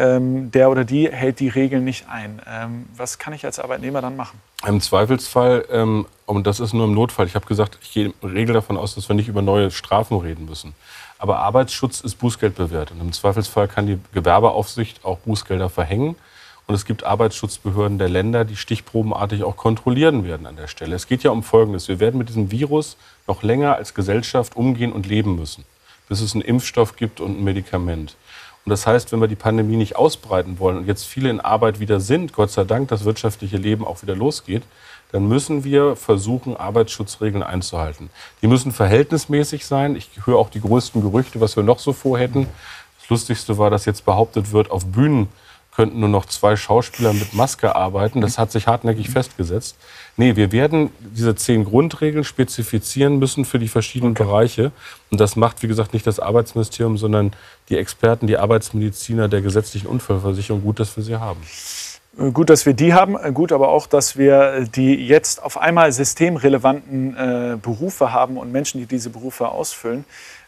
A: Der oder die hält die Regeln nicht ein. Was kann ich als Arbeitnehmer dann machen?
B: Im Zweifelsfall, und das ist nur im Notfall, ich habe gesagt, ich gehe in Regel davon aus, dass wir nicht über neue Strafen reden müssen. Aber Arbeitsschutz ist Bußgeld bewährt. Und im Zweifelsfall kann die Gewerbeaufsicht auch Bußgelder verhängen. Und es gibt Arbeitsschutzbehörden der Länder, die stichprobenartig auch kontrollieren werden an der Stelle. Es geht ja um Folgendes. Wir werden mit diesem Virus noch länger als Gesellschaft umgehen und leben müssen, bis es einen Impfstoff gibt und ein Medikament. Und das heißt, wenn wir die Pandemie nicht ausbreiten wollen und jetzt viele in Arbeit wieder sind, Gott sei Dank das wirtschaftliche Leben auch wieder losgeht, dann müssen wir versuchen, Arbeitsschutzregeln einzuhalten. Die müssen verhältnismäßig sein. Ich höre auch die größten Gerüchte, was wir noch so vorhätten. Das Lustigste war, dass jetzt behauptet wird, auf Bühnen könnten nur noch 2 Schauspieler mit Maske arbeiten. Das hat sich hartnäckig festgesetzt. Nee, wir werden diese 10 Grundregeln spezifizieren müssen für die verschiedenen Bereiche. Und das macht, wie gesagt, nicht das Arbeitsministerium, sondern die Experten, die Arbeitsmediziner der gesetzlichen Unfallversicherung. Gut, dass wir sie haben.
A: Gut, dass wir die haben. Gut, aber auch, dass wir die jetzt auf einmal systemrelevanten Berufe haben und Menschen, die diese Berufe ausfüllen.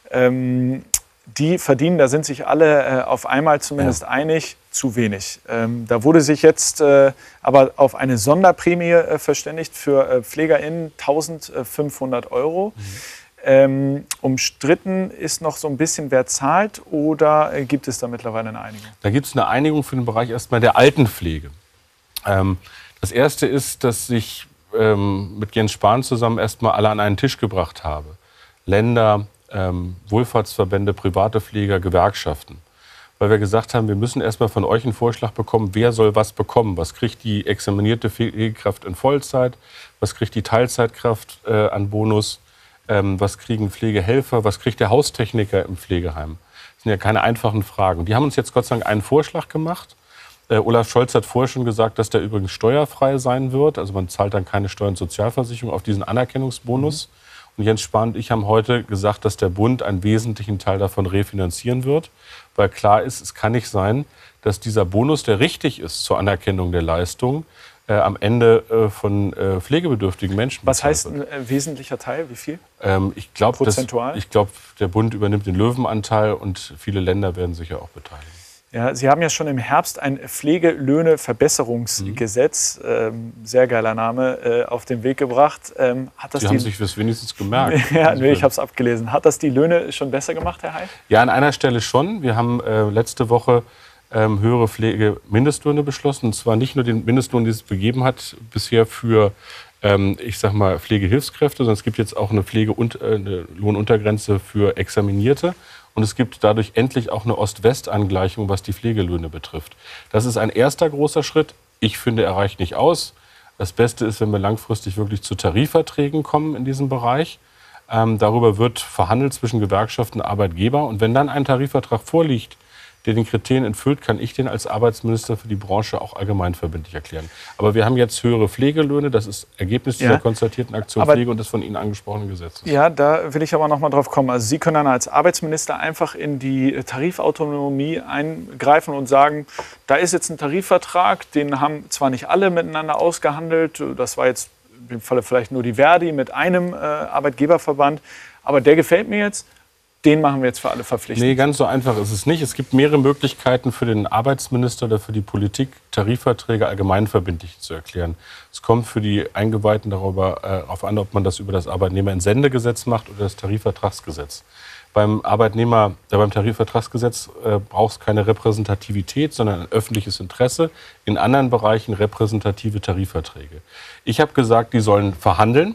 A: Die verdienen, da sind sich alle auf einmal zumindest einig, zu wenig. Da wurde sich jetzt aber auf eine Sonderprämie verständigt für PflegerInnen, 1.500 €. Umstritten ist noch so ein bisschen, wer zahlt, oder gibt es da mittlerweile eine Einigung?
B: Da gibt es eine Einigung für den Bereich erstmal der Altenpflege. Das Erste ist, dass ich mit Jens Spahn zusammen erstmal alle an einen Tisch gebracht habe. Länder, Wohlfahrtsverbände, private Pfleger, Gewerkschaften. Weil wir gesagt haben, wir müssen erstmal von euch einen Vorschlag bekommen, wer soll was bekommen. Was kriegt die examinierte Pflegekraft in Vollzeit? Was kriegt die Teilzeitkraft an Bonus? Was kriegen Pflegehelfer? Was kriegt der Haustechniker im Pflegeheim? Das sind ja keine einfachen Fragen. Die haben uns jetzt Gott sei Dank einen Vorschlag gemacht. Olaf Scholz hat vorher schon gesagt, dass der übrigens steuerfrei sein wird. Also man zahlt dann keine Steuer- und Sozialversicherung auf diesen Anerkennungsbonus. Und Jens Spahn und ich haben heute gesagt, dass der Bund einen wesentlichen Teil davon refinanzieren wird. Weil klar ist, es kann nicht sein, dass dieser Bonus, der richtig ist zur Anerkennung der Leistung, am Ende von pflegebedürftigen Menschen
A: bezahlt wird. Was heißt ein wesentlicher Teil? Wie viel?
B: Prozentual? Ich glaube, der Bund übernimmt den Löwenanteil und viele Länder werden sich ja auch beteiligen.
A: Ja, Sie haben ja schon im Herbst ein Pflegelöhne-Verbesserungsgesetz, sehr geiler Name, auf den Weg gebracht.
B: Sie haben sich das wenigstens gemerkt.
A: Ja, nee, ich habe es abgelesen. Hat das die Löhne schon besser gemacht, Herr Heil?
B: Ja, an einer Stelle schon. Wir haben letzte Woche höhere Pflegemindestlöhne beschlossen. Und zwar nicht nur den Mindestlohn, den es gegeben hat bisher für Pflegehilfskräfte, sondern es gibt jetzt auch eine eine Lohnuntergrenze für Examinierte. Und es gibt dadurch endlich auch eine Ost-West-Angleichung, was die Pflegelöhne betrifft. Das ist ein erster großer Schritt. Ich finde, er reicht nicht aus. Das Beste ist, wenn wir langfristig wirklich zu Tarifverträgen kommen in diesem Bereich. Darüber wird verhandelt zwischen Gewerkschaften und Arbeitgeber. Und wenn dann ein Tarifvertrag vorliegt, der den Kriterien erfüllt, kann ich den als Arbeitsminister für die Branche auch allgemeinverbindlich erklären. Aber wir haben jetzt höhere Pflegelöhne. Das ist Ergebnis dieser konzertierten Aktion Pflege und des von Ihnen angesprochenen Gesetzes.
A: Ja, da will ich aber noch mal drauf kommen. Also Sie können dann als Arbeitsminister einfach in die Tarifautonomie eingreifen und sagen, da ist jetzt ein Tarifvertrag, den haben zwar nicht alle miteinander ausgehandelt, das war jetzt in dem Falle vielleicht nur die Verdi mit einem Arbeitgeberverband, aber der gefällt mir jetzt. Den machen wir jetzt für alle verpflichtend.
B: Nee, ganz so einfach ist es nicht. Es gibt mehrere Möglichkeiten für den Arbeitsminister oder für die Politik, Tarifverträge allgemeinverbindlich zu erklären. Es kommt für die Eingeweihten darauf an, ob man das über das Arbeitnehmerentsendegesetz macht oder das Tarifvertragsgesetz. Beim Tarifvertragsgesetz braucht es keine Repräsentativität, sondern ein öffentliches Interesse. In anderen Bereichen repräsentative Tarifverträge. Ich habe gesagt, die sollen verhandeln.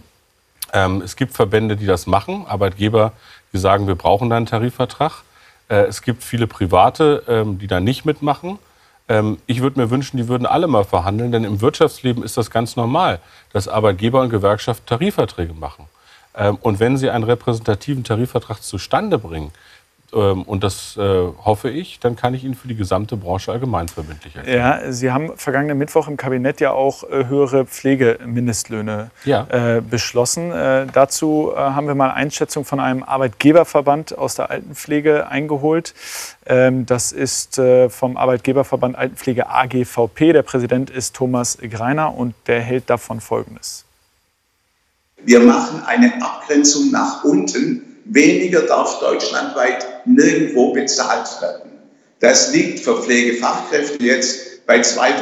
B: Es gibt Verbände, die das machen, Arbeitgeber, die sagen, wir brauchen da einen Tarifvertrag. Es gibt viele Private, die da nicht mitmachen. Ich würde mir wünschen, die würden alle mal verhandeln, denn im Wirtschaftsleben ist das ganz normal, dass Arbeitgeber und Gewerkschaften Tarifverträge machen. Und wenn sie einen repräsentativen Tarifvertrag zustande bringen, und das hoffe ich, dann kann ich ihn für die gesamte Branche allgemeinverbindlich erklären.
A: Ja, Sie haben vergangenen Mittwoch im Kabinett ja auch höhere Pflegemindestlöhne beschlossen. Dazu haben wir mal Einschätzung von einem Arbeitgeberverband aus der Altenpflege eingeholt. Das ist vom Arbeitgeberverband Altenpflege AGVP. Der Präsident ist Thomas Greiner und der hält davon Folgendes.
E: Wir machen eine Abgrenzung nach unten. Weniger darf deutschlandweit nirgendwo bezahlt werden. Das liegt für Pflegefachkräfte jetzt bei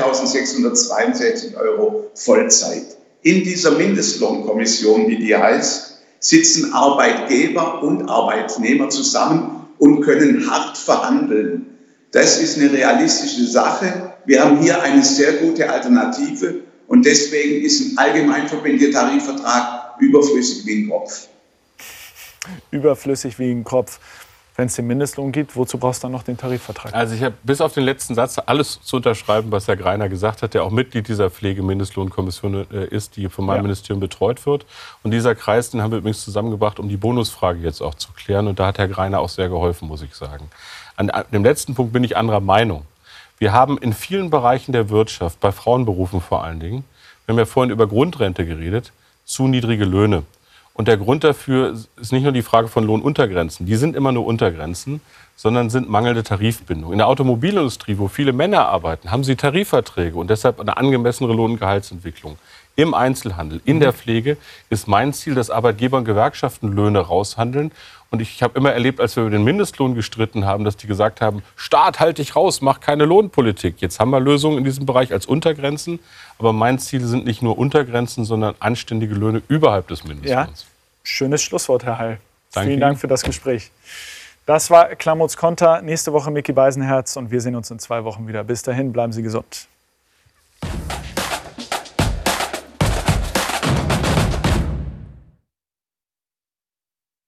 E: 2.662 € Vollzeit. In dieser Mindestlohnkommission, wie die heißt, sitzen Arbeitgeber und Arbeitnehmer zusammen und können hart verhandeln. Das ist eine realistische Sache. Wir haben hier eine sehr gute Alternative und deswegen ist ein allgemeinverbindlicher Tarifvertrag überflüssig wie ein Kopf.
A: Überflüssig wie ein Kopf. Wenn es den Mindestlohn gibt, wozu brauchst du dann noch den Tarifvertrag?
B: Also ich habe bis auf den letzten Satz alles zu unterschreiben, was Herr Greiner gesagt hat, der auch Mitglied dieser Pflegemindestlohnkommission ist, die von meinem Ministerium betreut wird. Und dieser Kreis, den haben wir übrigens zusammengebracht, um die Bonusfrage jetzt auch zu klären. Und da hat Herr Greiner auch sehr geholfen, muss ich sagen. An dem letzten Punkt bin ich anderer Meinung. Wir haben in vielen Bereichen der Wirtschaft, bei Frauenberufen vor allen Dingen, wir haben ja vorhin über Grundrente geredet, zu niedrige Löhne. Und der Grund dafür ist nicht nur die Frage von Lohnuntergrenzen. Die sind immer nur Untergrenzen, sondern sind mangelnde Tarifbindung. In der Automobilindustrie, wo viele Männer arbeiten, haben sie Tarifverträge und deshalb eine angemessene Lohn- und Gehaltsentwicklung. Im Einzelhandel, in der Pflege ist mein Ziel, dass Arbeitgeber und Gewerkschaften Löhne raushandeln. Und ich habe immer erlebt, als wir über den Mindestlohn gestritten haben, dass die gesagt haben, Staat, halt dich raus, mach keine Lohnpolitik. Jetzt haben wir Lösungen in diesem Bereich als Untergrenzen. Aber mein Ziel sind nicht nur Untergrenzen, sondern anständige Löhne überhalb des Mindestlohns.
A: Ja, schönes Schlusswort, Herr Heil.
B: Danke.
A: Vielen Dank für das Gespräch. Das war Klamroths Konter. Nächste Woche Micky Beisenherz und wir sehen uns in 2 Wochen wieder. Bis dahin, bleiben Sie gesund.